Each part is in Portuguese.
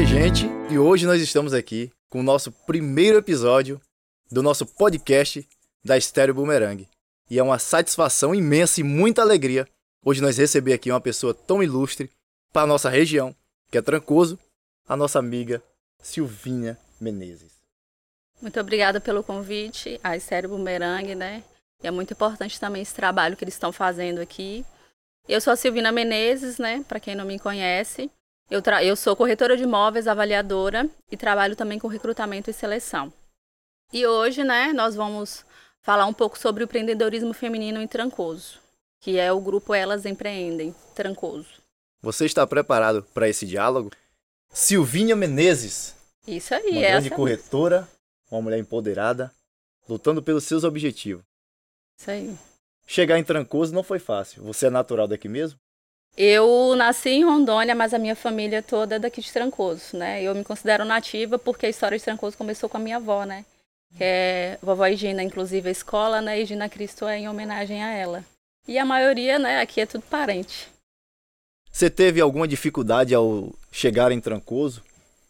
minha gente, e hoje nós estamos aqui com o nosso primeiro episódio do nosso podcast da Estéreo Boomerang. E é uma satisfação imensa e muita alegria hoje nós receber aqui uma pessoa tão ilustre para a nossa região, que é Trancoso, a nossa amiga Silvinha Menezes. Muito obrigada pelo convite, a Estéreo Boomerang, né? E é muito importante também esse trabalho que eles estão fazendo aqui. Eu sou a Silvinha Menezes, né? Para quem não me conhece. Eu sou corretora de imóveis, avaliadora e trabalho também com recrutamento e seleção. E hoje, né, nós vamos falar um pouco sobre o empreendedorismo feminino em Trancoso, que é o grupo Elas Empreendem, Trancoso. Você está preparado para esse diálogo? Silvinha Menezes. Isso aí, uma grande corretora, uma mulher empoderada, lutando pelos seus objetivos. Isso aí. Chegar em Trancoso não foi fácil. Você é natural daqui mesmo? Eu nasci em Rondônia, mas a minha família toda é daqui de Trancoso, né? Eu me considero nativa porque a história de Trancoso começou com a minha avó, né? Que é vovó Higina, inclusive a escola, né? Higina Cristo é em homenagem a ela. E a maioria, né? Aqui é tudo parente. Você teve alguma dificuldade ao chegar em Trancoso?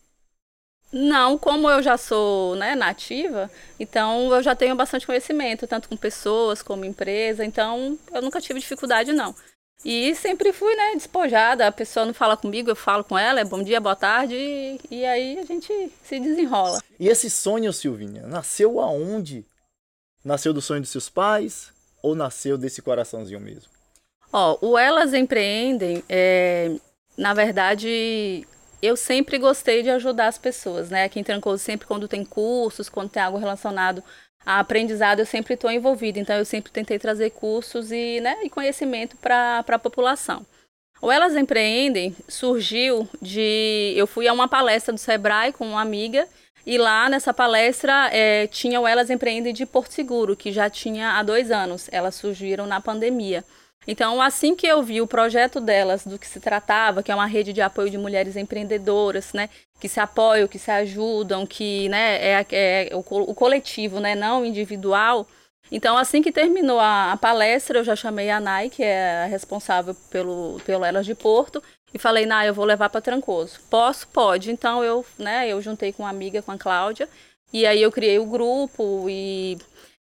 Não, como eu já sou, né, nativa, então eu já tenho bastante conhecimento, tanto com pessoas como empresa, então eu nunca tive dificuldade, não. E sempre fui, né, despojada, a pessoa não fala comigo, eu falo com ela, é bom dia, boa tarde, e aí a gente se desenrola. E esse sonho, Silvinha, nasceu aonde? Nasceu do sonho dos seus pais ou nasceu desse coraçãozinho mesmo? O Elas Empreendem, na verdade, eu sempre gostei de ajudar as pessoas, né? Aqui em Trancoso, sempre quando tem cursos, quando tem algo relacionado a aprendizado, eu sempre estou envolvida. Então, eu sempre tentei trazer cursos e conhecimento para a população. O Elas Empreendem surgiu eu fui a uma palestra do Sebrae com uma amiga e lá nessa palestra tinha o Elas Empreendem de Porto Seguro, que já tinha há 2 anos. Elas surgiram na pandemia. Então, assim que eu vi o projeto delas, do que se tratava, que é uma rede de apoio de mulheres empreendedoras, né, que se apoiam, que se ajudam, que, né, é o coletivo, né, não individual. Então, assim que terminou a palestra, eu já chamei a Nay, que é a responsável pelo Elas de Porto, e falei, Nay, eu vou levar para Trancoso. Posso? Pode. Então, eu juntei com uma amiga, com a Cláudia, e aí eu criei o grupo e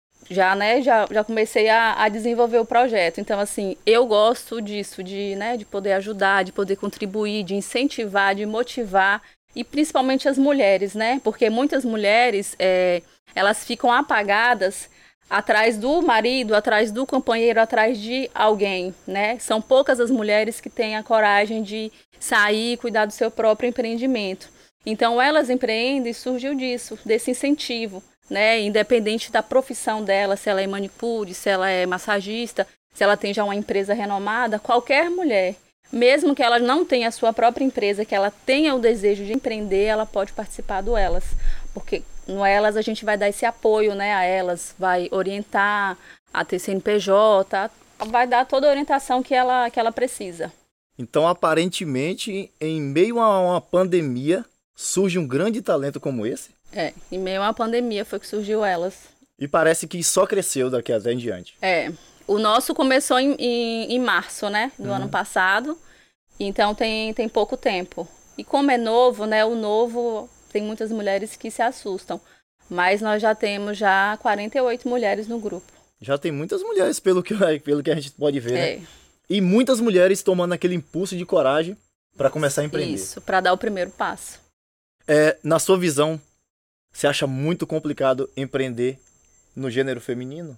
já comecei a desenvolver o projeto. Então, assim, eu gosto disso, de poder ajudar, de poder contribuir, de incentivar, de motivar, e principalmente as mulheres, né? Porque muitas mulheres, elas ficam apagadas atrás do marido, atrás do companheiro, atrás de alguém, né? São poucas as mulheres que têm a coragem de sair e cuidar do seu próprio empreendimento. Então, Elas Empreendem surgiu disso, desse incentivo, né, independente da profissão dela, se ela é manicure, se ela é massagista, se ela tem já uma empresa renomada, qualquer mulher, mesmo que ela não tenha a sua própria empresa, que ela tenha o desejo de empreender, ela pode participar do Elas, porque no Elas a gente vai dar esse apoio, né, a elas, vai orientar a ter CNPJ, vai dar toda a orientação que ela precisa. Então, aparentemente, em meio a uma pandemia, surge um grande talento como esse? Em meio a uma pandemia foi que surgiu Elas. E parece que só cresceu daqui até em diante. O nosso começou em março, né, do ano passado, então tem pouco tempo. E como é novo, né, o novo tem muitas mulheres que se assustam, mas nós já temos 48 mulheres no grupo. Já tem muitas mulheres, pelo que a gente pode ver, né? E muitas mulheres tomando aquele impulso de coragem para começar a empreender. Isso, para dar o primeiro passo. Na sua visão, você acha muito complicado empreender no gênero feminino?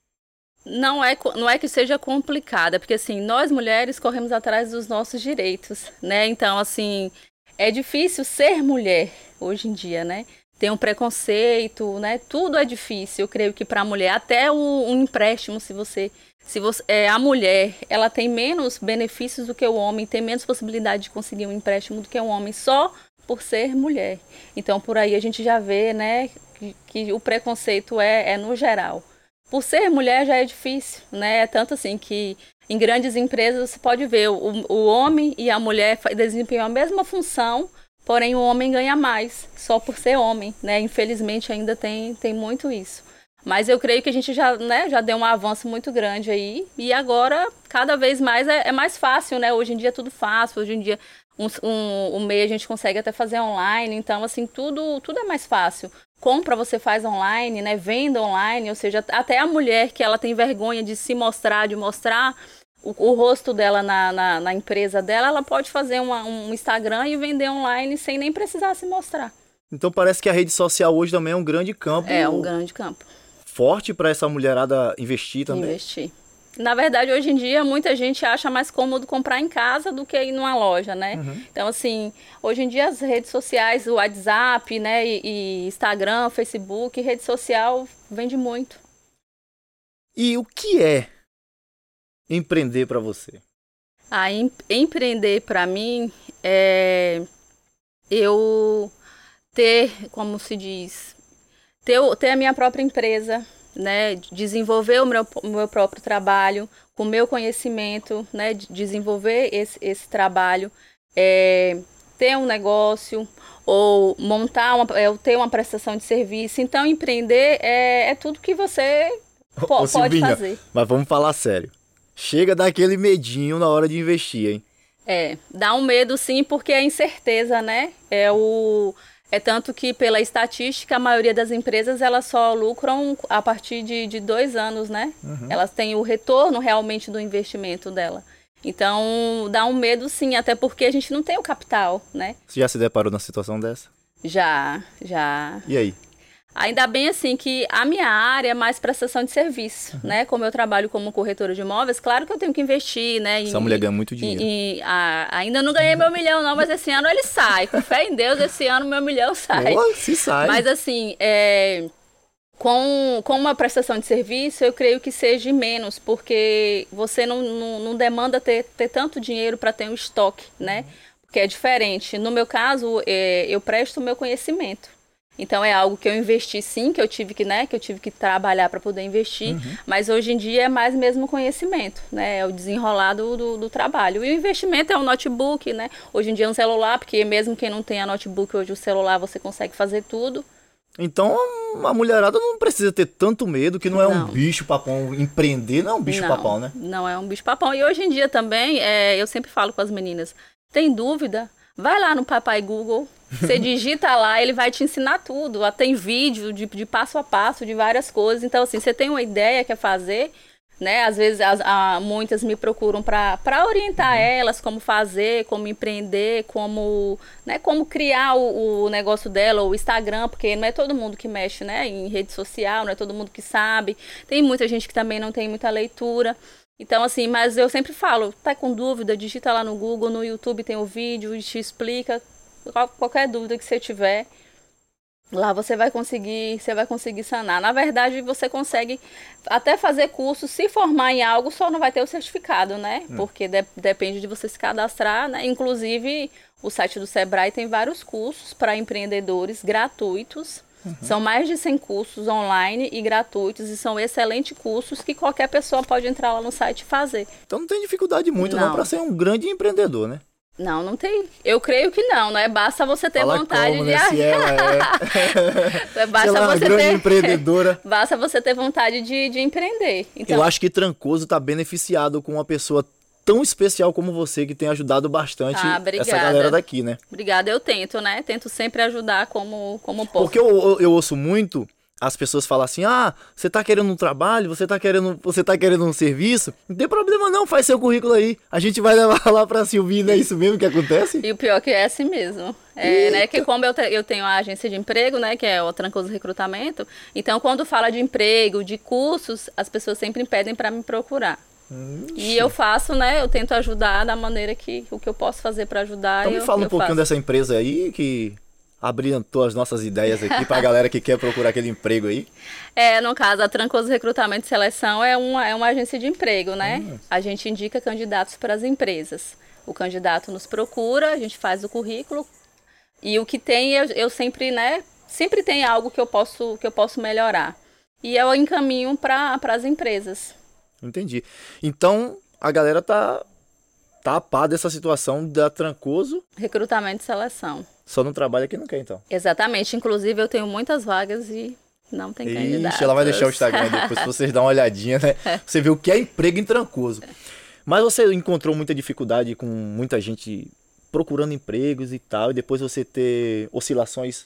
Não é que seja complicada, porque assim, nós mulheres corremos atrás dos nossos direitos, né? Então, assim, é difícil ser mulher hoje em dia, né? Tem um preconceito, né? Tudo é difícil, eu creio que para a mulher, até um empréstimo, se você a mulher, ela tem menos benefícios do que o homem, tem menos possibilidade de conseguir um empréstimo do que um homem, só por ser mulher. Então, por aí a gente já vê, né, que o preconceito é no geral. Por ser mulher já é difícil, né? Tanto assim que em grandes empresas você pode ver o homem e a mulher desempenham a mesma função, porém o homem ganha mais, só por ser homem, né? Infelizmente ainda tem muito isso. Mas eu creio que a gente já deu um avanço muito grande aí, e agora cada vez mais é mais fácil, né? Hoje em dia é tudo fácil, hoje em dia o MEI a gente consegue até fazer online, então assim, tudo é mais fácil. Compra você faz online, né? Venda online, ou seja, até a mulher que ela tem vergonha de se mostrar, de mostrar o rosto dela na empresa dela, ela pode fazer um Instagram e vender online sem nem precisar se mostrar. Então parece que a rede social hoje também é um grande campo. É um grande campo. Forte para essa mulherada investir também. Investir. Na verdade, hoje em dia, muita gente acha mais cômodo comprar em casa do que ir numa loja, né? Uhum. Então, assim, hoje em dia as redes sociais, o WhatsApp, né, e Instagram, Facebook, rede social, vende muito. E o que é empreender para você? Empreender para mim é eu ter, como se diz, ter a minha própria empresa, né, desenvolver o meu próprio trabalho, com o meu conhecimento, né, desenvolver esse trabalho, ter um negócio ou ter uma prestação de serviço. Então, empreender é tudo que você pode Silvinha, fazer. Mas vamos falar sério. Chega daquele medinho na hora de investir, hein? Dá um medo sim, porque é incerteza, né? É tanto que, pela estatística, a maioria das empresas elas só lucram a partir de 2 anos, né? Uhum. Elas têm o retorno realmente do investimento dela. Então, dá um medo sim, até porque a gente não tem o capital, né? Você já se deparou na situação dessa? Já. E aí? Ainda bem assim que a minha área é mais prestação de serviço, né? Como eu trabalho como corretora de imóveis, claro que eu tenho que investir, né? Essa mulher ganha muito dinheiro. Ainda não ganhei meu milhão não, mas esse ano ele sai. Com fé em Deus, esse ano meu milhão sai. Se sai. Mas assim, com uma prestação de serviço, eu creio que seja menos, porque você não demanda ter tanto dinheiro para ter um estoque, né? Porque é diferente. No meu caso, eu presto o meu conhecimento. Então é algo que eu investi sim, que eu tive que trabalhar para poder investir, mas hoje em dia é mais mesmo conhecimento, né? É o desenrolar do trabalho. E o investimento é um notebook, né? Hoje em dia é um celular, porque mesmo quem não tenha notebook, hoje o celular você consegue fazer tudo. Então a mulherada não precisa ter tanto medo, que não é um bicho papão. Empreender não é um bicho papão, né? Não é um bicho papão. E hoje em dia também, eu sempre falo com as meninas, tem dúvida? Vai lá no Papai Google, você digita lá, ele vai te ensinar tudo. Tem vídeo de passo a passo, de várias coisas. Então, assim, você tem uma ideia, quer fazer, né? Às vezes, muitas me procuram para orientar elas como fazer, como empreender, como criar o negócio dela, o Instagram, porque não é todo mundo que mexe, né, em rede social, não é todo mundo que sabe. Tem muita gente que também não tem muita leitura. Então, assim, mas eu sempre falo, tá com dúvida, digita lá no Google, no YouTube tem o vídeo, te explica qualquer dúvida que você tiver. Lá você vai conseguir sanar. Na verdade, você consegue até fazer curso, se formar em algo, só não vai ter o certificado, né? Porque depende de você se cadastrar, né? Inclusive, o site do Sebrae tem vários cursos para empreendedores gratuitos. São mais de 100 cursos online e gratuitos, e são excelentes cursos que qualquer pessoa pode entrar lá no site e fazer. Então não tem dificuldade muito não para ser um grande empreendedor, né? Não tem. Eu creio que não, né? Basta você ter vontade como, de... né? Se ela Basta se ela é uma grande empreendedora. Basta você ter vontade de empreender. Então... Eu acho que Trancoso está beneficiado com uma pessoa tão especial como você, que tem ajudado bastante essa galera daqui, né? Obrigada, eu tento, né? Tento sempre ajudar como posso. Porque eu ouço muito as pessoas falam assim, você tá querendo um trabalho, você tá querendo um serviço, não tem problema não, faz seu currículo aí, a gente vai levar lá pra Silvina, é isso mesmo que acontece? E o pior que é assim mesmo, né, que como eu tenho a agência de emprego, né, que é o Trancoso Recrutamento, então quando fala de emprego, de cursos, as pessoas sempre pedem pra me procurar. E eu faço, né, eu tento ajudar da maneira o que eu posso fazer pra ajudar. Então me fala um pouquinho dessa empresa aí, que abrilhantou as nossas ideias aqui pra galera que quer procurar aquele emprego aí. No caso, a Trancoso Recrutamento e Seleção é uma agência de emprego, né? A gente indica candidatos para as empresas. O candidato nos procura, a gente faz o currículo, e o que tem, eu sempre, né? Sempre tem algo que eu posso melhorar. E eu encaminho para as empresas. Entendi. Então, a galera tá a par dessa situação da Trancoso. Recrutamento e Seleção. Só não trabalha quem não quer, então. Exatamente. Inclusive, eu tenho muitas vagas e não tem candidatos. Ela vai deixar o Instagram depois, pra vocês darem uma olhadinha, né? Você vê o que é emprego em Trancoso. Mas você encontrou muita dificuldade com muita gente procurando empregos e tal, e depois você ter oscilações?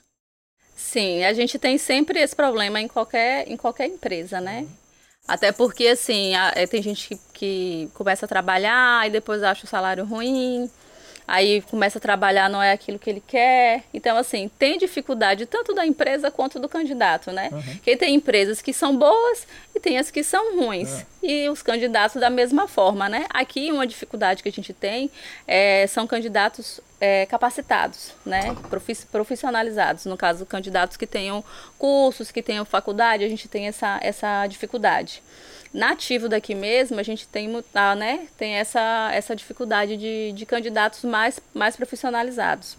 Sim, a gente tem sempre esse problema em qualquer empresa, né? Até porque, assim, tem gente que começa a trabalhar e depois acha o salário ruim, aí começa a trabalhar, não é aquilo que ele quer. Então, assim, tem dificuldade tanto da empresa quanto do candidato, né? Porque tem empresas que são boas e tem as que são ruins. E os candidatos da mesma forma, né? Aqui, uma dificuldade que a gente tem são candidatos capacitados, né? Profissionalizados. No caso, candidatos que tenham cursos, que tenham faculdade, a gente tem essa dificuldade. Nativo daqui mesmo, a gente tem, né, tem essa dificuldade de candidatos mais profissionalizados.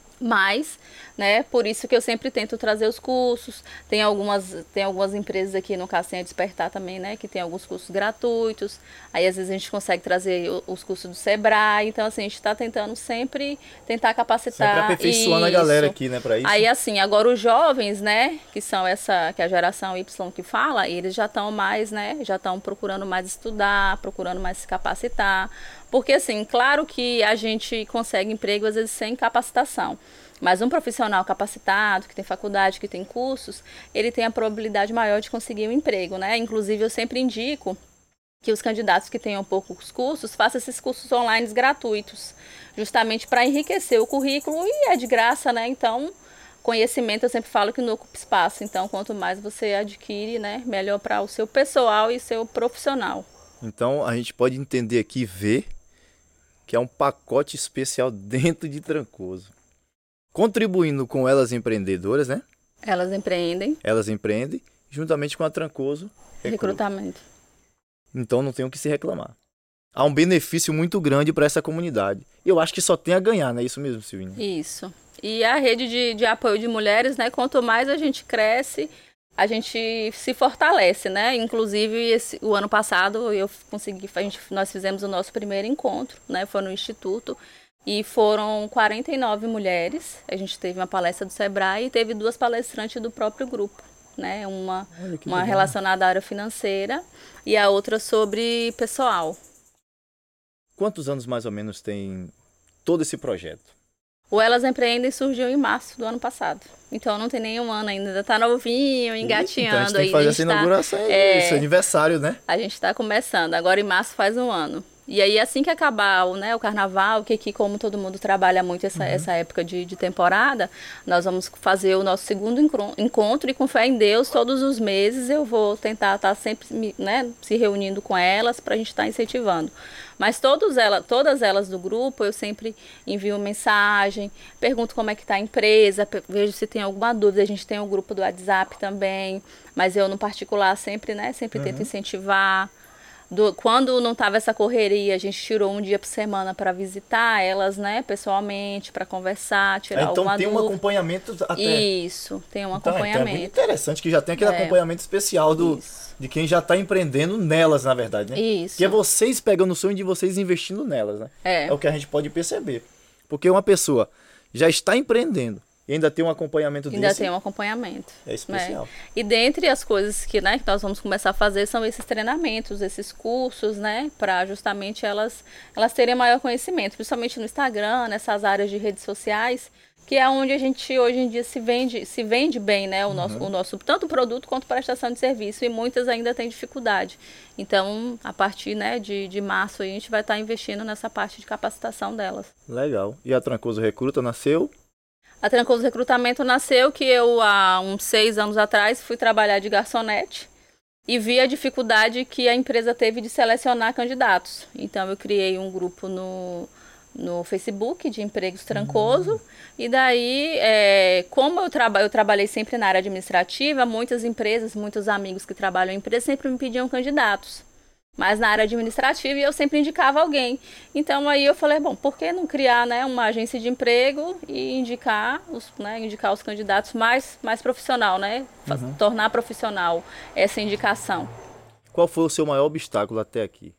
Mas, né, por isso que eu sempre tento trazer os cursos. Tem algumas empresas aqui, no caso tem a Despertar também, né, que tem alguns cursos gratuitos. Aí às vezes a gente consegue trazer os cursos do Sebrae. Então, assim, a gente está tentando sempre tentar capacitar. Sempre aperfeiçoando a galera aqui, né, para isso. Aí, assim, agora os jovens, né, que é a geração Y que fala, eles já estão mais, né, já estão procurando mais estudar, procurando mais se capacitar. Porque, assim, claro que a gente consegue emprego, às vezes, sem capacitação. Mas um profissional capacitado, que tem faculdade, que tem cursos, ele tem a probabilidade maior de conseguir um emprego, né? Inclusive, eu sempre indico que os candidatos que tenham poucos cursos façam esses cursos online gratuitos, justamente para enriquecer o currículo, e é de graça, né? Então, conhecimento, eu sempre falo que não ocupa espaço. Então, quanto mais você adquire, né, melhor para o seu pessoal e seu profissional. Então, a gente pode entender aqui, ver que é um pacote especial dentro de Trancoso. Contribuindo com Elas Empreendedoras, né? Elas empreendem. Elas empreendem, juntamente com a Trancoso Recrutamento. Então não tem o que se reclamar. Há um benefício muito grande para essa comunidade. Eu acho que só tem a ganhar, não é isso mesmo, Silvinha? Isso. E a rede de apoio de mulheres, né? Quanto mais a gente cresce, a gente se fortalece, né? Inclusive, o ano passado nós fizemos o nosso primeiro encontro, né? Foi no Instituto e foram 49 mulheres. A gente teve uma palestra do Sebrae e teve 2 palestrantes do próprio grupo, né? Uma relacionada à área financeira e a outra sobre pessoal. Quantos anos mais ou menos tem todo esse projeto? O Elas Empreendem surgiu em março do ano passado. Então não tem nenhum ano ainda está novinho, engatinhando. Então a gente tem que fazer essa inauguração, esse aniversário, né? A gente está começando, agora em março faz um ano. E aí assim que acabar o carnaval, que como todo mundo trabalha muito essa época de temporada, nós vamos fazer o nosso segundo encontro e com fé em Deus, todos os meses eu vou tentar estar sempre, né, se reunindo com elas para a gente estar incentivando. Mas todas elas do grupo, eu sempre envio mensagem, pergunto como é que está a empresa, vejo se tem alguma dúvida. A gente tem o grupo do WhatsApp também, mas eu no particular sempre tento incentivar. Quando não estava essa correria, a gente tirou um dia por semana para visitar elas, né, pessoalmente, para conversar, tirar alguma dúvida. Então tem um acompanhamento até... Isso, tem um acompanhamento. É muito interessante que já tem aquele acompanhamento especial de quem já está empreendendo nelas, na verdade, né? Isso. Que é vocês pegando o sonho de vocês investindo nelas, né? É o que a gente pode perceber. Porque uma pessoa já está empreendendo e ainda tem um acompanhamento desse. Ainda tem um acompanhamento. É especial. Né? E dentre as coisas que nós vamos começar a fazer são esses treinamentos, esses cursos, né? Para justamente elas terem maior conhecimento, principalmente no Instagram, nessas áreas de redes sociais, que é onde a gente hoje em dia se vende bem, né? O nosso tanto produto quanto prestação de serviço, e muitas ainda têm dificuldade. Então, a partir, né, de março, a gente vai estar investindo nessa parte de capacitação delas. Legal. E a Trancoso Recruta nasceu? A Trancoso Recrutamento nasceu que eu, há uns 6 anos atrás, fui trabalhar de garçonete e vi a dificuldade que a empresa teve de selecionar candidatos. Então, eu criei um grupo no Facebook de empregos Trancoso. E daí, como eu trabalhei sempre na área administrativa, muitas empresas, muitos amigos que trabalham em empresa sempre me pediam candidatos. Mas na área administrativa eu sempre indicava alguém. Então aí eu falei, bom, por que não criar, né, uma agência de emprego e indicar os candidatos mais profissional, né? Tornar profissional essa indicação. Qual foi o seu maior obstáculo até aqui?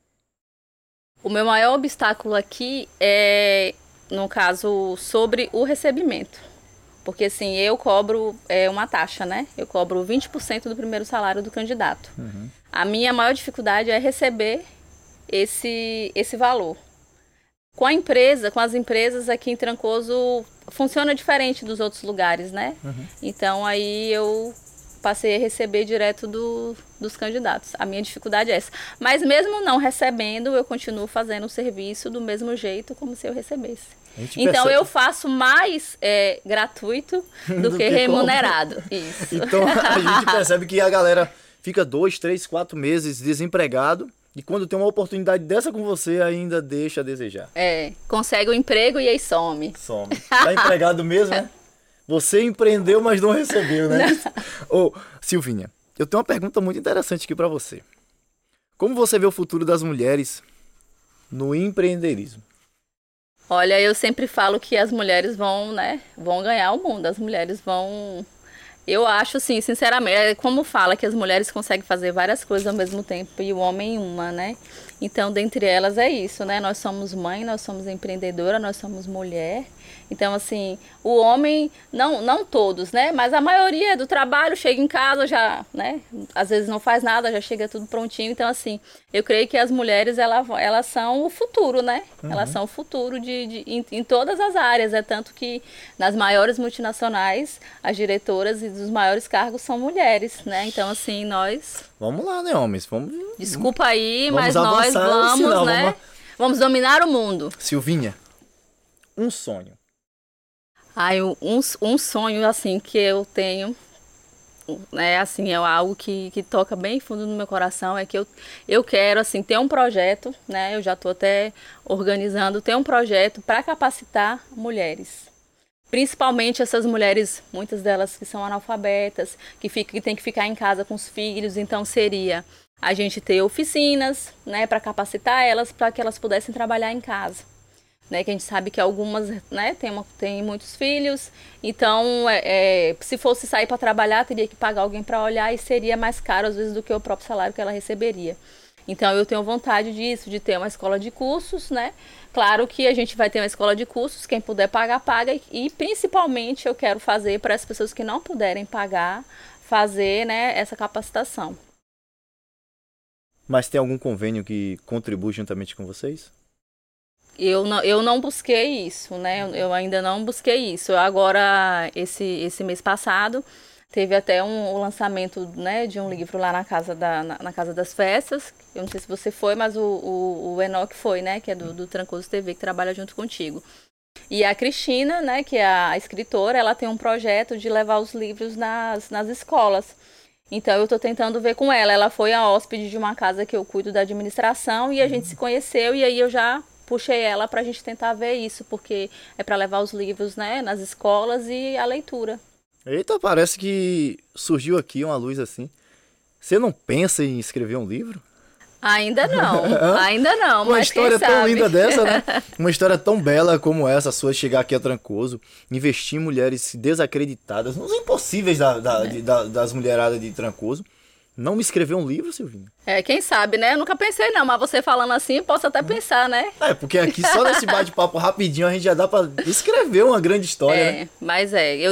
O meu maior obstáculo aqui é, no caso, sobre o recebimento. Porque assim, eu cobro uma taxa, né? Eu cobro 20% do primeiro salário do candidato. A minha maior dificuldade é receber esse valor. Com a empresa, com as empresas aqui em Trancoso, funciona diferente dos outros lugares, né? Então aí eu passei a receber direto dos candidatos. A minha dificuldade é essa. Mas mesmo não recebendo, eu continuo fazendo o serviço do mesmo jeito, como se eu recebesse. Então eu faço mais gratuito do que remunerado. Isso. Então a gente percebe que a galera fica 2, 3, 4 meses desempregado e quando tem uma oportunidade dessa com você ainda deixa a desejar. Consegue o emprego e aí some. Some. Tá empregado mesmo, né? Você empreendeu, mas não recebeu, né? Ô, Silvinha, eu tenho uma pergunta muito interessante aqui pra você. Como você vê o futuro das mulheres no empreendedorismo? Olha, eu sempre falo que as mulheres vão ganhar o mundo. As mulheres vão... Eu acho, assim, sinceramente, como fala que as mulheres conseguem fazer várias coisas ao mesmo tempo e o homem uma, né? Então, dentre elas é isso, né? Nós somos mãe, nós somos empreendedora, nós somos mulher. Então, assim, o homem, não todos, né? Mas a maioria do trabalho chega em casa já, né? Às vezes não faz nada, já chega tudo prontinho. Então, assim, eu creio que as mulheres, elas são o futuro, né? Elas são o futuro em todas as áreas. É tanto que nas maiores multinacionais, as diretoras e dos maiores cargos são mulheres, né? Então, assim, nós... Vamos lá, né, homens? Desculpa aí, mas nós vamos, né? Vamos dominar o mundo. Silvinha, um sonho. Um sonho, assim, que eu tenho, né, assim, é algo que toca bem fundo no meu coração, é que eu quero, assim, ter um projeto, né, eu já estou até organizando, ter um projeto para capacitar mulheres. Principalmente essas mulheres, muitas delas que são analfabetas, que tem que ficar em casa com os filhos, então seria a gente ter oficinas, né, para capacitar elas, para que elas pudessem trabalhar em casa. Né, que a gente sabe que algumas, né, tem muitos filhos, então se fosse sair para trabalhar teria que pagar alguém para olhar e seria mais caro às vezes do que o próprio salário que ela receberia. Então eu tenho vontade disso, de ter uma escola de cursos, né? Claro que a gente vai ter uma escola de cursos, quem puder pagar, paga, e principalmente eu quero fazer para as pessoas que não puderem pagar, fazer, né, essa capacitação. Mas tem algum convênio que contribui juntamente com vocês? Eu não busquei isso, né? Eu ainda não busquei isso. Agora, esse mês passado, teve até o lançamento, né, de um livro lá na Casa das Festas. Eu não sei se você foi, mas o Enoque foi, né? Que é do Trancoso TV, que trabalha junto contigo. E a Cristina, né, que é a escritora, ela tem um projeto de levar os livros nas escolas. Então, eu estou tentando ver com ela. Ela foi a hóspede de uma casa que eu cuido da administração e a gente se conheceu e aí eu já puxei ela para a gente tentar ver isso, porque é para levar os livros, né, nas escolas e a leitura. Eita, parece que surgiu aqui uma luz assim. Você não pensa em escrever um livro? Ainda não, uma mas história quem tão sabe? linda dessa, né? Uma história tão bela como essa sua, chegar aqui a Trancoso, investir em mulheres desacreditadas, nos impossíveis das mulheradas de Trancoso. Não me escrever um livro, Silvinha? Quem sabe, né? Eu nunca pensei não, mas você falando assim, posso até pensar, né? Porque aqui só nesse bate-papo rapidinho a gente já dá pra escrever uma grande história, né? Mas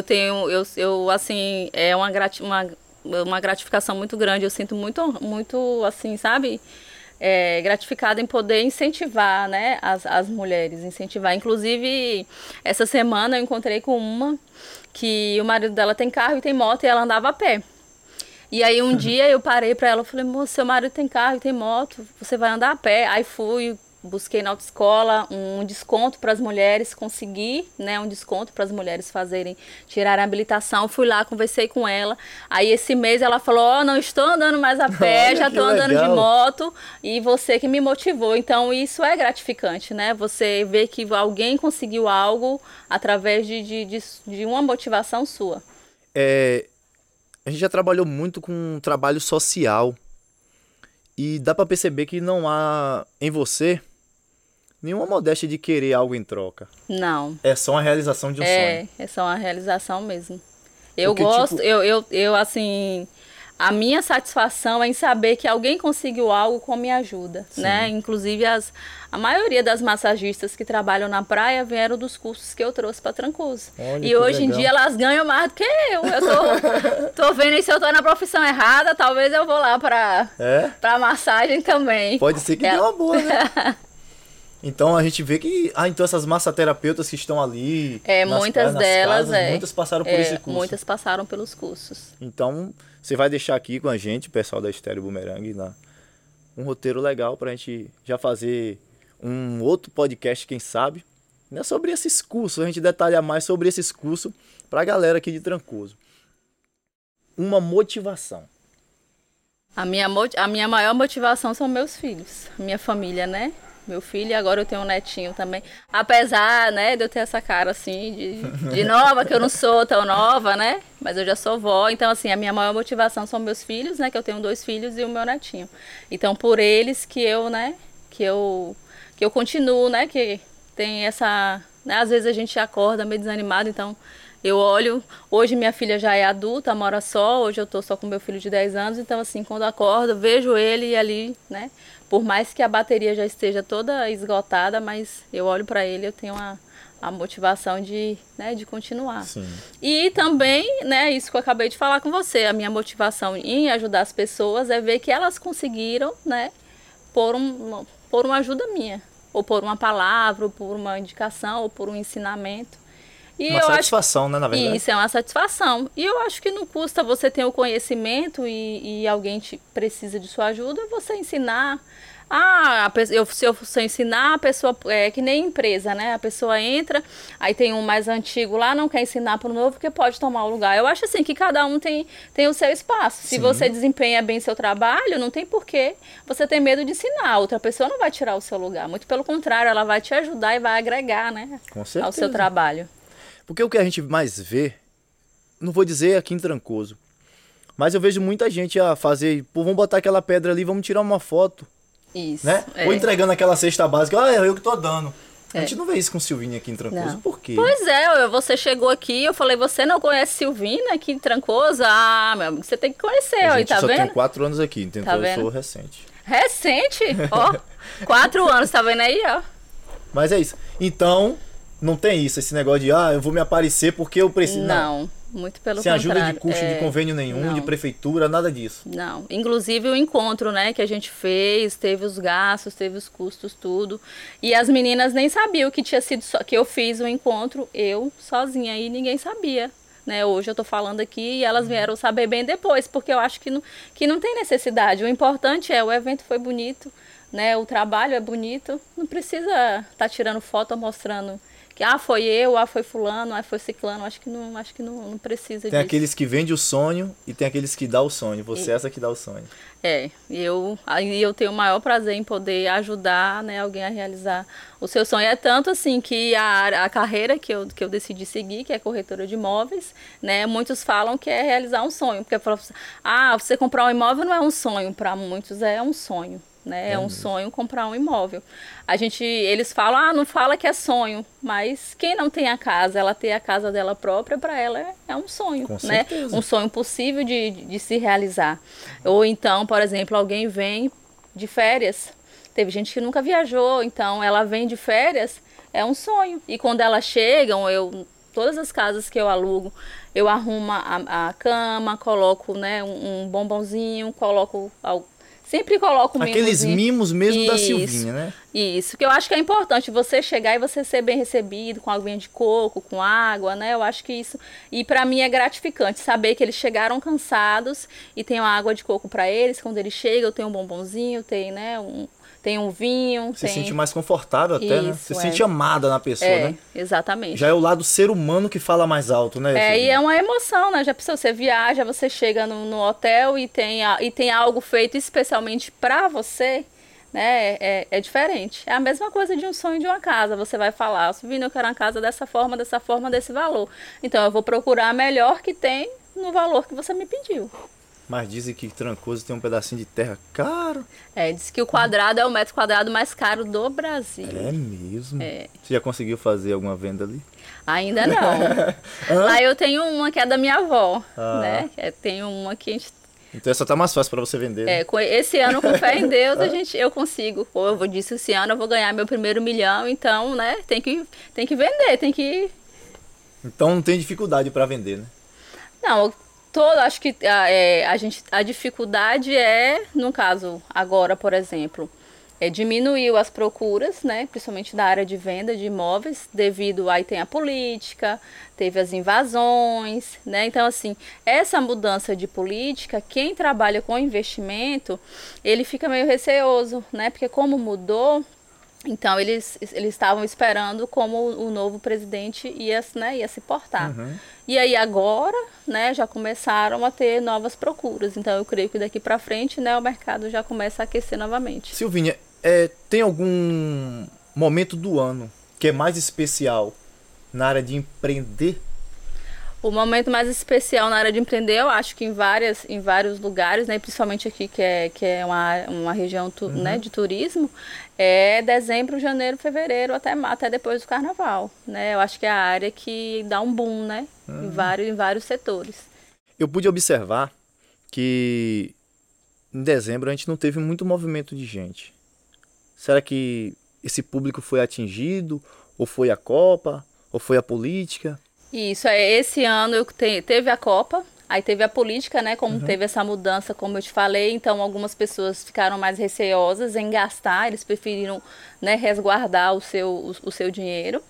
eu assim, é uma gratificação muito grande, eu sinto muito assim, sabe? Gratificada em poder incentivar, né, as mulheres, incentivar. Inclusive, essa semana eu encontrei com uma que o marido dela tem carro e tem moto e ela andava a pé. E aí um dia eu parei pra ela, eu falei, moça, seu marido tem carro e tem moto, você vai andar a pé. Aí fui, busquei na autoescola um desconto para as mulheres, consegui, né, um desconto para as mulheres tirarem a habilitação. Fui lá, conversei com ela. Aí esse mês ela falou, não estou andando mais a pé, Olha, já estou andando legal. de moto e você que me motivou. Então isso é gratificante, né? Você vê que alguém conseguiu algo através de uma motivação sua. A gente já trabalhou muito com trabalho social e dá pra perceber que não há em você nenhuma modéstia de querer algo em troca. Não. É só uma realização de um sonho. É só uma realização mesmo. Eu Porque, gosto, tipo... eu assim, a minha satisfação é em saber que alguém conseguiu algo com a minha ajuda, Sim. né? Inclusive a maioria das massagistas que trabalham na praia vieram dos cursos que eu trouxe para Trancoso. Olha, e hoje legal. em dia elas ganham mais do que eu. Eu tô vendo aí se eu tô na profissão errada, talvez eu vou lá para massagem também. Pode ser que dê uma boa, né? Então a gente vê que, então essas massoterapeutas que estão ali, muitas delas, casas, muitas passaram por esse curso. Muitas passaram pelos cursos. Então, você vai deixar aqui com a gente, o pessoal da Estéreo Boomerang, um roteiro legal pra gente já fazer um outro podcast, quem sabe, né, sobre esses cursos, a gente detalhar mais sobre esses cursos pra galera aqui de Trancoso. Uma motivação. A minha maior motivação são meus filhos, minha família, né? Meu filho, e agora eu tenho um netinho também. Apesar, né, de eu ter essa cara, assim, de nova, que eu não sou tão nova, né? Mas eu já sou vó. Então, assim, a minha maior motivação são meus filhos, né? Que eu tenho 2 filhos e o meu netinho. Então, por eles que eu, né? Que eu continuo, né? Que tem essa... Né, às vezes a gente acorda meio desanimado, então... Eu olho, hoje minha filha já é adulta, mora só, hoje eu tô só com meu filho de 10 anos, então assim, quando eu acordo, vejo ele ali, né? Por mais que a bateria já esteja toda esgotada, mas eu olho para ele, eu tenho a motivação de continuar. Sim. E também, né, isso que eu acabei de falar com você, a minha motivação em ajudar as pessoas é ver que elas conseguiram, né, por uma ajuda minha, ou por uma palavra, ou por uma indicação, ou por um ensinamento. E uma satisfação, né, na verdade? Isso, é uma satisfação. E eu acho que não custa você ter o conhecimento e alguém precisa de sua ajuda, você ensinar. Se eu ensinar, a pessoa, que nem empresa, né? A pessoa entra, aí tem um mais antigo lá, não quer ensinar para o novo, porque pode tomar o lugar. Eu acho assim que cada um tem o seu espaço. Se você desempenha bem seu trabalho, não tem porquê você ter medo de ensinar. Outra pessoa não vai tirar o seu lugar. Muito pelo contrário, ela vai te ajudar e vai agregar, né? Com certeza. Ao seu trabalho. Porque o que a gente mais vê, não vou dizer aqui em Trancoso, mas eu vejo muita gente a fazer, vamos botar aquela pedra ali, vamos tirar uma foto. Isso. Né? Ou entregando aquela cesta básica, eu que tô dando. A gente não vê isso com Silvina aqui em Trancoso, não. Por quê? Pois é, você chegou aqui, eu falei, você não conhece Silvina aqui em Trancoso? Ah, meu amigo, você tem que conhecer, ó, tá vendo? Eu só tenho 4 anos aqui, então eu sou recente. Recente? Ó, 4 anos, tá vendo aí, ó? Mas é isso. Então... Não tem isso, esse negócio de, eu vou me aparecer porque eu preciso. Não, muito pelo contrário. Sem ajuda de custo de convênio nenhum, de prefeitura, nada disso. Não, inclusive o encontro, né, que a gente fez, teve os gastos, teve os custos, tudo. E as meninas nem sabiam que tinha sido que eu fiz o encontro, eu sozinha, e ninguém sabia. Né, hoje eu tô falando aqui e elas vieram saber bem depois, porque eu acho que não tem necessidade. O importante o evento foi bonito, né, o trabalho é bonito, não precisa tá tirando foto ou mostrando que foi eu, foi fulano, foi ciclano, acho que não precisa disso. Tem aqueles que vendem o sonho e tem aqueles que dá o sonho, você é essa que dá o sonho. Eu tenho o maior prazer em poder ajudar, né, alguém a realizar o seu sonho. É tanto assim que a carreira que eu decidi seguir, que é corretora de imóveis, né, muitos falam que é realizar um sonho, porque você comprar um imóvel não é um sonho, para muitos é um sonho. Né? É um sonho comprar um imóvel. Eles falam, não fala que é sonho, mas quem não tem a casa, ela ter a casa dela própria, para ela é um sonho, com né? certeza. Um sonho possível de se realizar. Ou então, por exemplo, alguém vem de férias. Teve gente que nunca viajou, então ela vem de férias, é um sonho. E quando elas chegam, todas as casas que eu alugo, eu arrumo a cama, coloco, né, um bombonzinho, sempre coloco um aqueles mimos mesmo da Silvinha, né? Isso, que eu acho que é importante você chegar e você ser bem recebido com aguinha de coco, com água, né? Eu acho que isso... E para mim é gratificante saber que eles chegaram cansados e tem uma água de coco para eles. Quando eles chegam, tem um bombonzinho, tem, né, tem um vinho. Se sente mais confortável até, isso, né? Você se sente amada na pessoa, né? Exatamente. Já é o lado ser humano que fala mais alto, né? E é uma emoção, né? Já pensou, você viaja, você chega no hotel e tem algo feito especialmente para você, né? É diferente. É a mesma coisa de um sonho de uma casa. Você vai falar, Silvina, eu quero uma casa dessa forma, desse valor. Então eu vou procurar a melhor que tem no valor que você me pediu. Mas dizem que Trancoso tem um pedacinho de terra caro. Diz que o quadrado é o metro quadrado mais caro do Brasil. É mesmo? Você já conseguiu fazer alguma venda ali? Ainda não. Lá eu tenho uma que é da minha avó, né? Tenho uma que a gente... Então essa tá mais fácil para você vender. Né? Esse ano, com fé em Deus, eu consigo. Eu disse, esse ano eu vou ganhar meu primeiro 1 milhão, então, né? Tem que vender, tem que... Então não tem dificuldade para vender, né? Não, acho que a dificuldade no caso, agora, por exemplo, diminuiu as procuras, né, principalmente da área de venda de imóveis, devido aí tem a política, teve as invasões, né? Então assim, essa mudança de política, quem trabalha com investimento, ele fica meio receoso, né? Porque como mudou, então eles estavam esperando como o novo presidente ia, né, ia se portar. E aí agora, né, já começaram a ter novas procuras. Então eu creio que daqui para frente, né, o mercado já começa a aquecer novamente. Silvínia, tem algum momento do ano que é mais especial na área de empreender? O momento mais especial na área de empreender, eu acho que em vários lugares, né, principalmente aqui que é uma região né, de turismo, é dezembro, janeiro, fevereiro, até depois do carnaval, né? Eu acho que é a área que dá um boom, né, em vários setores. Eu pude observar que em dezembro a gente não teve muito movimento de gente. Será que esse público foi atingido? Ou foi a Copa? Ou foi a política? Isso, esse ano teve a Copa, aí teve a política, né, como teve essa mudança, como eu te falei, então algumas pessoas ficaram mais receosas em gastar, eles preferiram, né, resguardar o seu dinheiro.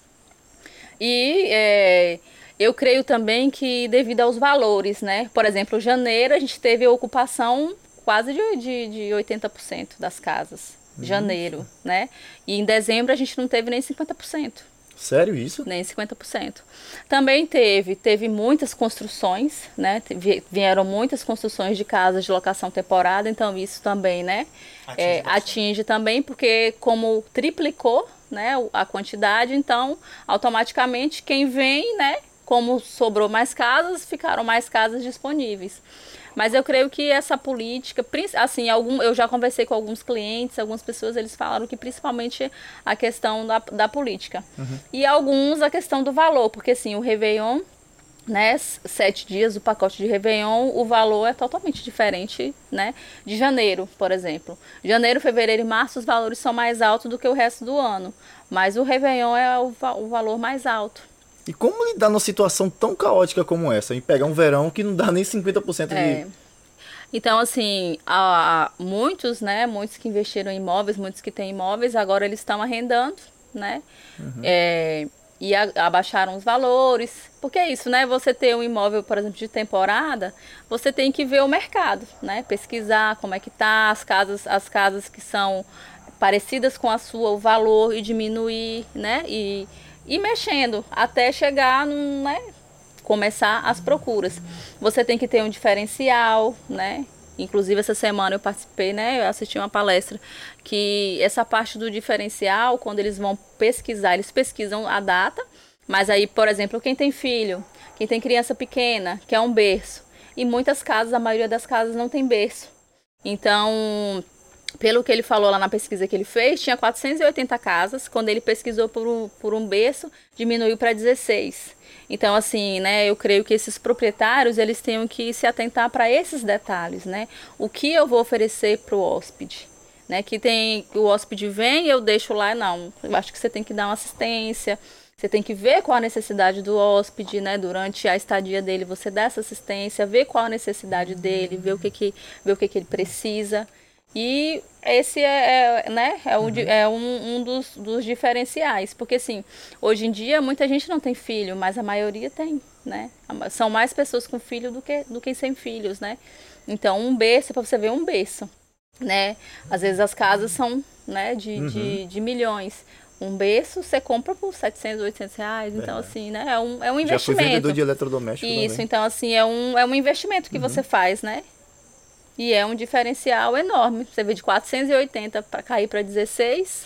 E eu creio também que devido aos valores, né, por exemplo, em janeiro a gente teve a ocupação quase de 80% das casas, janeiro, né, e em dezembro a gente não teve nem 50%. Sério isso? Nem 50%. Também teve muitas construções, né? Vieram muitas construções de casas de locação temporária, então isso também, né? Atinge também, porque como triplicou, né, a quantidade, então automaticamente quem vem, né? Como sobrou mais casas, ficaram mais casas disponíveis. Mas eu creio que essa política, assim, eu já conversei com alguns clientes, algumas pessoas, eles falaram que principalmente a questão da política. E alguns a questão do valor, porque assim, o Réveillon, né, 7 dias, o pacote de Réveillon, o valor é totalmente diferente, né, de janeiro, por exemplo. Janeiro, fevereiro e março, os valores são mais altos do que o resto do ano, mas o Réveillon é o valor mais alto. E como lidar numa situação tão caótica como essa? Em pegar um verão que não dá nem 50% de... Então, assim, muitos, né, muitos que investiram em imóveis, muitos que têm imóveis, agora eles estão arrendando, né, e abaixaram os valores, porque é isso, né, você ter um imóvel, por exemplo, de temporada, você tem que ver o mercado, né, pesquisar como é que tá, as casas que são parecidas com a sua, o valor, e diminuir, né, e mexendo até chegar, né, começar as procuras. Você tem que ter um diferencial, né? Inclusive essa semana eu participei, né? Eu assisti uma palestra que essa parte do diferencial, quando eles vão pesquisar, eles pesquisam a data, mas aí, por exemplo, quem tem filho, quem tem criança pequena, quer um berço. E muitas casas, a maioria das casas não tem berço. Então, pelo que ele falou lá na pesquisa que ele fez, tinha 480 casas. Quando ele pesquisou por um berço, diminuiu para 16. Então, assim, né, eu creio que esses proprietários, eles tenham que se atentar para esses detalhes, né? O que eu vou oferecer para o hóspede? Né? O hóspede vem e eu deixo lá, não. Eu acho que você tem que dar uma assistência, você tem que ver qual a necessidade do hóspede, né? Durante a estadia dele, você dá essa assistência, ver qual a necessidade dele, ver o que ele precisa. E esse né, um dos diferenciais, porque assim, hoje em dia muita gente não tem filho, mas a maioria tem, né? São mais pessoas com filho do que sem filhos, né? Então um berço, para você ver um berço, né? Às vezes as casas são, né, de milhões. Um berço você compra por 700, 800 reais, então assim, né? É um investimento. Já fui vendedor de eletrodoméstico Isso, também. então assim, é um investimento que você faz, né? E é um diferencial enorme. Você vê de 480 para cair para 16.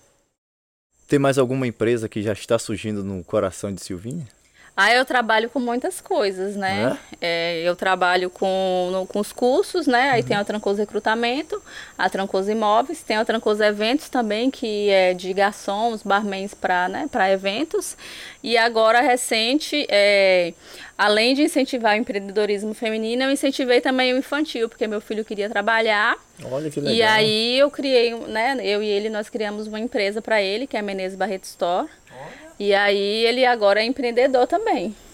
Tem mais alguma empresa que já está surgindo no coração de Silvínia? Eu trabalho com muitas coisas, né? Eu trabalho com os cursos, né? Aí tem a Trancoso Recrutamento, a Trancoso Imóveis, tem a Trancoso Eventos também, que é de garçons, barmans para eventos. E agora, recente, além de incentivar o empreendedorismo feminino, eu incentivei também o infantil, porque meu filho queria trabalhar. Olha que legal. E aí eu criei, né? Eu e ele, nós criamos uma empresa para ele, que é a Menezes Barreto Store. E aí ele agora é empreendedor também.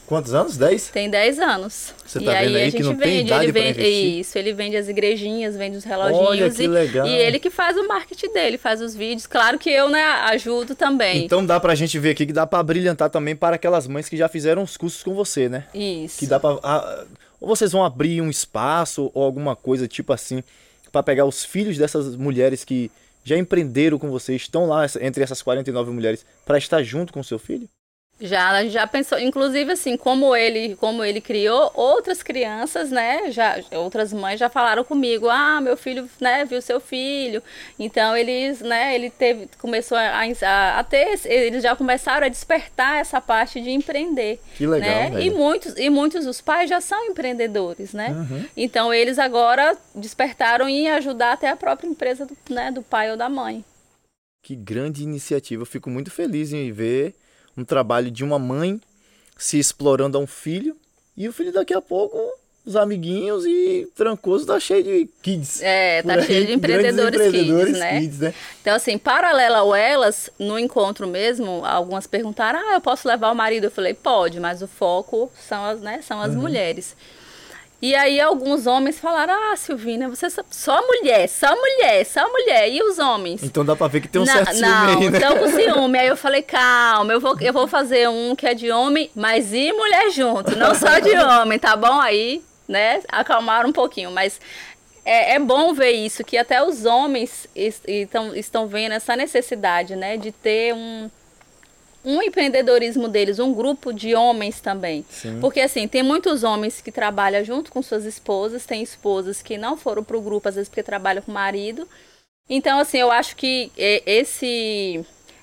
Quantos anos? 10? Tem 10 anos. Você tá vendo aí que não tem idade pra investir? Isso, ele vende as igrejinhas, vende os Olha, reloginhos. que legal. E ele que faz o marketing dele, faz os vídeos. Claro que eu, né, ajudo também. Então dá pra gente ver aqui que dá pra brilhantar também para aquelas mães que já fizeram os cursos com você, né? Isso. Que dá pra... ou vocês vão abrir um espaço ou alguma coisa tipo assim, pra pegar os filhos dessas mulheres que já empreenderam com você, estão lá entre essas 49 mulheres, pra estar junto com o seu filho? Já pensou, inclusive assim, como ele criou, outras crianças, né, outras mães já falaram comigo, meu filho, né, viu seu filho, então eles, né, começou a ter, eles já começaram a despertar essa parte de empreender. Que legal, né? velho. E muitos dos pais já são empreendedores, né, então eles agora despertaram em ajudar até a própria empresa do pai ou da mãe. Que grande iniciativa, eu fico muito feliz em ver um trabalho de uma mãe se explorando a um filho, e o filho daqui a pouco, os amiguinhos e Trancoso tá cheio de kids. Tá cheio de empreendedores kids, né? Então, assim, paralelo a elas, no encontro mesmo, algumas perguntaram, eu posso levar o marido? Eu falei, pode, mas o foco são as mulheres. E aí alguns homens falaram, Silvina, você só mulher. E os homens? Então dá pra ver que tem um certo ciúme aí, né? Não, estão com ciúme. Aí eu falei, calma, eu vou fazer um que é de homem, mas e mulher junto, não só de homem, tá bom? Aí, né, acalmaram um pouquinho, mas é bom ver isso, que até os homens estão vendo essa necessidade, né, de ter um empreendedorismo deles, um grupo de homens também. Sim. Porque assim, tem muitos homens que trabalham junto com suas esposas, tem esposas que não foram pro grupo, às vezes porque trabalham com o marido. Então, assim, eu acho que esse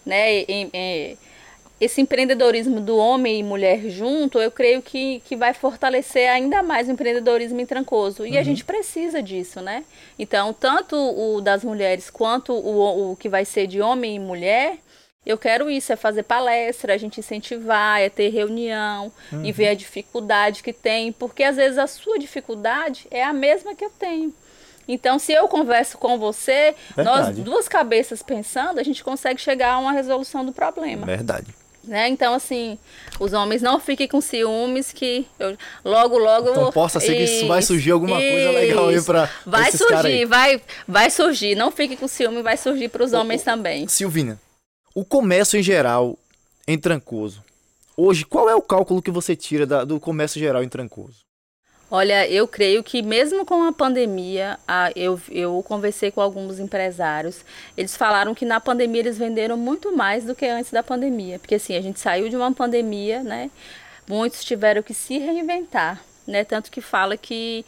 empreendedorismo do homem e mulher junto, eu creio que vai fortalecer ainda mais o empreendedorismo em Trancoso. E a gente precisa disso, né? Então, tanto o das mulheres quanto o que vai ser de homem e mulher, eu quero isso, é fazer palestra, a gente incentivar, é ter reunião e ver a dificuldade que tem, porque às vezes a sua dificuldade é a mesma que eu tenho. Então, se eu converso com você, nós duas cabeças pensando, a gente consegue chegar a uma resolução do problema. Verdade. Né? Então, assim, os homens não fiquem com ciúmes, que logo... Então possa ser que isso vai surgir alguma coisa legal aí pra esses caras aí. Vai surgir, não fique com ciúme, vai surgir para os homens também. Silvina, o comércio em geral em Trancoso, hoje, qual é o cálculo que você tira do comércio geral em Trancoso? Olha, eu creio que mesmo com a pandemia, eu conversei com alguns empresários, eles falaram que na pandemia eles venderam muito mais do que antes da pandemia, porque assim, a gente saiu de uma pandemia, né, muitos tiveram que se reinventar, né, tanto que fala que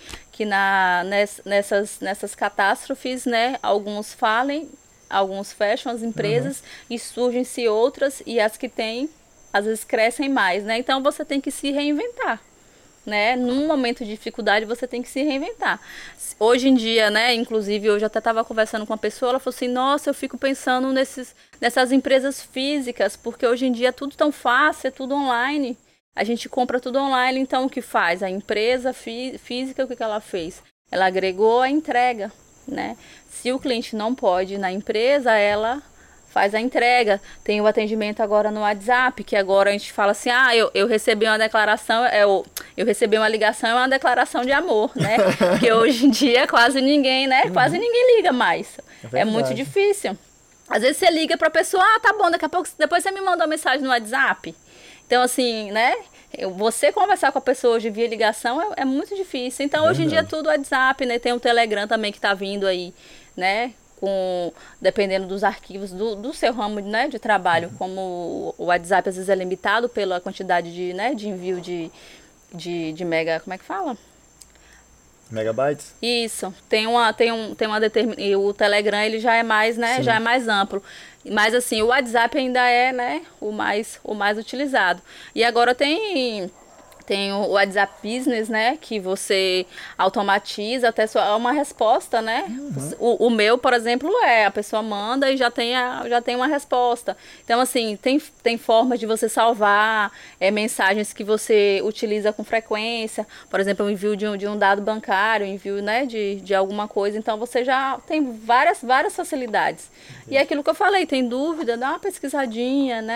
nessas catástrofes, né, alguns falem, alguns fecham as empresas e surgem-se outras, e as que têm, às vezes crescem mais, né? Então você tem que se reinventar, né? Num momento de dificuldade você tem que se reinventar. Hoje em dia, né, inclusive hoje eu até estava conversando com uma pessoa, ela falou assim, nossa, eu fico pensando nessas empresas físicas, porque hoje em dia é tudo tão fácil, é tudo online. A gente compra tudo online, então o que faz? A empresa física, o que ela fez? Ela agregou a entrega, né? Se o cliente não pode ir na empresa, ela faz a entrega. Tem o atendimento agora no WhatsApp, que agora a gente fala assim, eu recebi uma declaração, eu recebi uma ligação, é uma declaração de amor, né? Porque hoje em dia quase ninguém, né? Quase ninguém liga mais. É muito difícil. Às vezes você liga pra pessoa, tá bom, daqui a pouco, depois você me manda uma mensagem no WhatsApp. Então, assim, né? Você conversar com a pessoa hoje via ligação é muito difícil. Então, hoje em dia, tudo WhatsApp, né? Tem o Telegram também que tá vindo aí, né? Dependendo dos arquivos do seu ramo, né, de trabalho. Como o WhatsApp, às vezes, é limitado pela quantidade de envio de mega... Como é que fala? Megabytes? Isso. Tem uma e o Telegram, ele já é mais, né? Sim. Já é mais amplo. Mas assim, o WhatsApp ainda é, né, o mais utilizado. E agora tem o WhatsApp Business, né, que você automatiza até uma resposta, né? O meu, por exemplo, a pessoa manda e já tem uma resposta. Então, assim, tem formas de você salvar mensagens que você utiliza com frequência. Por exemplo, o envio de um dado bancário, envio, né, de alguma coisa. Então, você já tem várias facilidades. E é aquilo que eu falei, tem dúvida, dá uma pesquisadinha, né?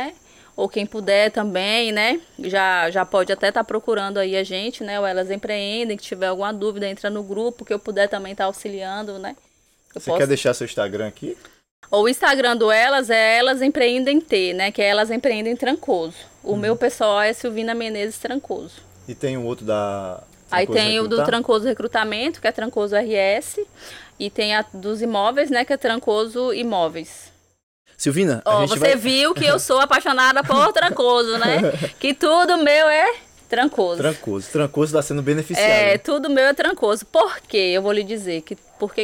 ou quem puder também, né? Já pode até estar procurando aí a gente, né? Ou Elas Empreendem, que tiver alguma dúvida, entra no grupo, que eu puder também estar auxiliando, né? Você quer deixar seu Instagram aqui? O Instagram do Elas é Elas Empreendem T, né? Que é Elas Empreendem Trancoso. O meu pessoal é Silvina Menezes Trancoso. E tem um outro da... Aí tem o do Trancoso Recrutamento, que é Trancoso RS. E tem a dos imóveis, né? Que é Trancoso Imóveis. Silvina, você viu que eu sou apaixonada por Trancoso, né? Que tudo meu é Trancoso. Trancoso está sendo beneficiado. Tudo meu é Trancoso. Por quê? Eu vou lhe dizer que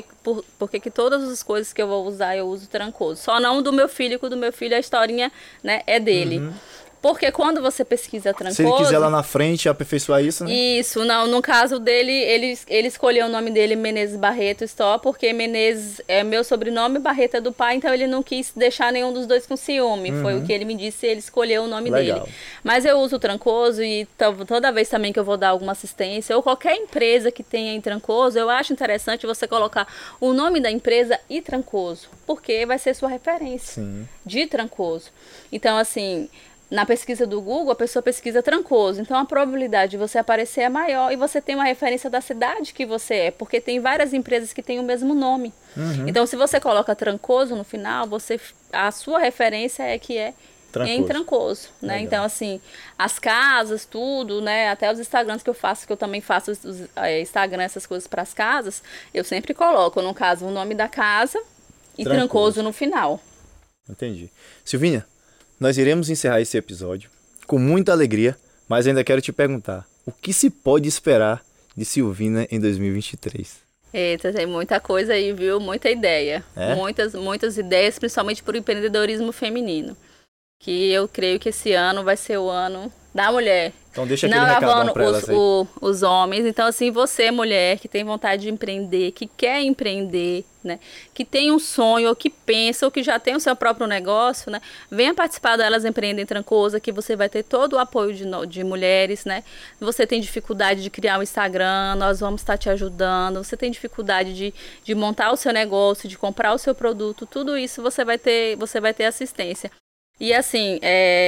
porque todas as coisas que eu vou usar, eu uso Trancoso. Só não do meu filho, que o do meu filho a historinha, né, é dele. Porque quando você pesquisa Trancoso... Se ele quiser lá na frente aperfeiçoar isso, né? Isso, não, no caso dele, ele escolheu o nome dele Menezes Barreto Store, porque Menezes é meu sobrenome, Barreto é do pai, então ele não quis deixar nenhum dos dois com ciúme. Foi o que ele me disse, ele escolheu o nome dele. Mas eu uso o Trancoso e toda vez também que eu vou dar alguma assistência, ou qualquer empresa que tenha em Trancoso, eu acho interessante você colocar o nome da empresa e Trancoso, porque vai ser sua referência de Trancoso. Então, assim... Na pesquisa do Google, a pessoa pesquisa Trancoso. Então, a probabilidade de você aparecer é maior e você tem uma referência da cidade que você é, porque tem várias empresas que têm o mesmo nome. Então, se você coloca Trancoso no final, a sua referência é que é em Trancoso, né? Então, assim, as casas, tudo, né? Até os Instagrams que eu faço, que eu também faço Instagram, essas coisas para as casas, eu sempre coloco, no caso, o nome da casa e Trancoso no final. Entendi. Silvinha, nós iremos encerrar esse episódio com muita alegria, mas ainda quero te perguntar, o que se pode esperar de Silvina em 2023? Eita, tem muita coisa aí, viu? Muita ideia. Muitas ideias, principalmente por empreendedorismo feminino. Que eu creio que esse ano vai ser o ano da mulher. Então deixa aquele recadão pra elas aí. Os homens. Então, assim, você, mulher, que tem vontade de empreender, que quer empreender, né? Que tem um sonho, ou que pensa, ou que já tem o seu próprio negócio, né? Venha participar do Elas Empreendem Trancoso, que você vai ter todo o apoio de mulheres, né? Você tem dificuldade de criar um Instagram, nós vamos estar te ajudando. Você tem dificuldade de montar o seu negócio, de comprar o seu produto, tudo isso você vai ter assistência. E assim,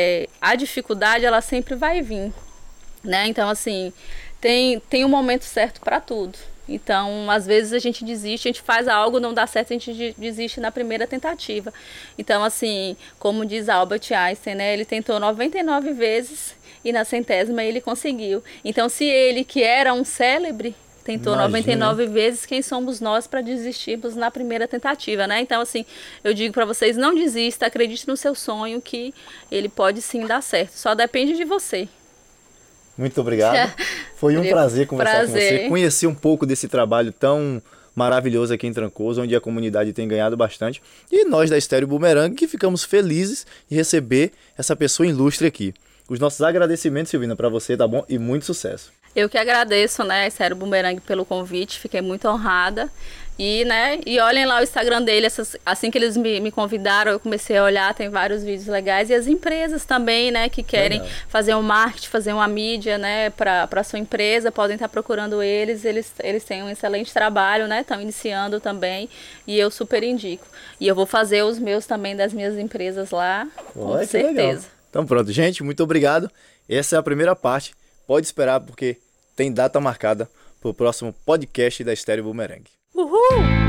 a dificuldade, ela sempre vai vir, né? Então, assim, tem um momento certo para tudo. Então, às vezes a gente desiste, a gente faz algo, não dá certo, a gente desiste na primeira tentativa. Então, assim, como diz Albert Einstein, né? Ele tentou 99 vezes e na 100ª ele conseguiu. Então, se ele, que era um célebre, tentou 99 vezes, quem somos nós para desistirmos na primeira tentativa, né? Então, assim, eu digo para vocês, não desista, acredite no seu sonho, que ele pode sim dar certo. Só depende de você. Muito obrigado. Foi um prazer conversar com você, conhecer um pouco desse trabalho tão maravilhoso aqui em Trancoso, onde a comunidade tem ganhado bastante. E nós da Estéreo Boomerang, que ficamos felizes de receber essa pessoa ilustre aqui. Os nossos agradecimentos, Silvina, para você, tá bom? E muito sucesso. Eu que agradeço, né, Estéreo Boomerang, pelo convite, fiquei muito honrada. E olhem lá o Instagram dele, assim que eles me convidaram, eu comecei a olhar, tem vários vídeos legais. E as empresas também, né, que querem fazer um marketing, fazer uma mídia, né, para sua empresa, podem estar procurando eles têm um excelente trabalho, né, estão iniciando também, e eu super indico. E eu vou fazer os meus também, das minhas empresas lá, com certeza. Legal. Então pronto, gente, muito obrigado. Essa é a primeira parte, pode esperar porque tem data marcada para o próximo podcast da Estéreo Boomerang. Uhul!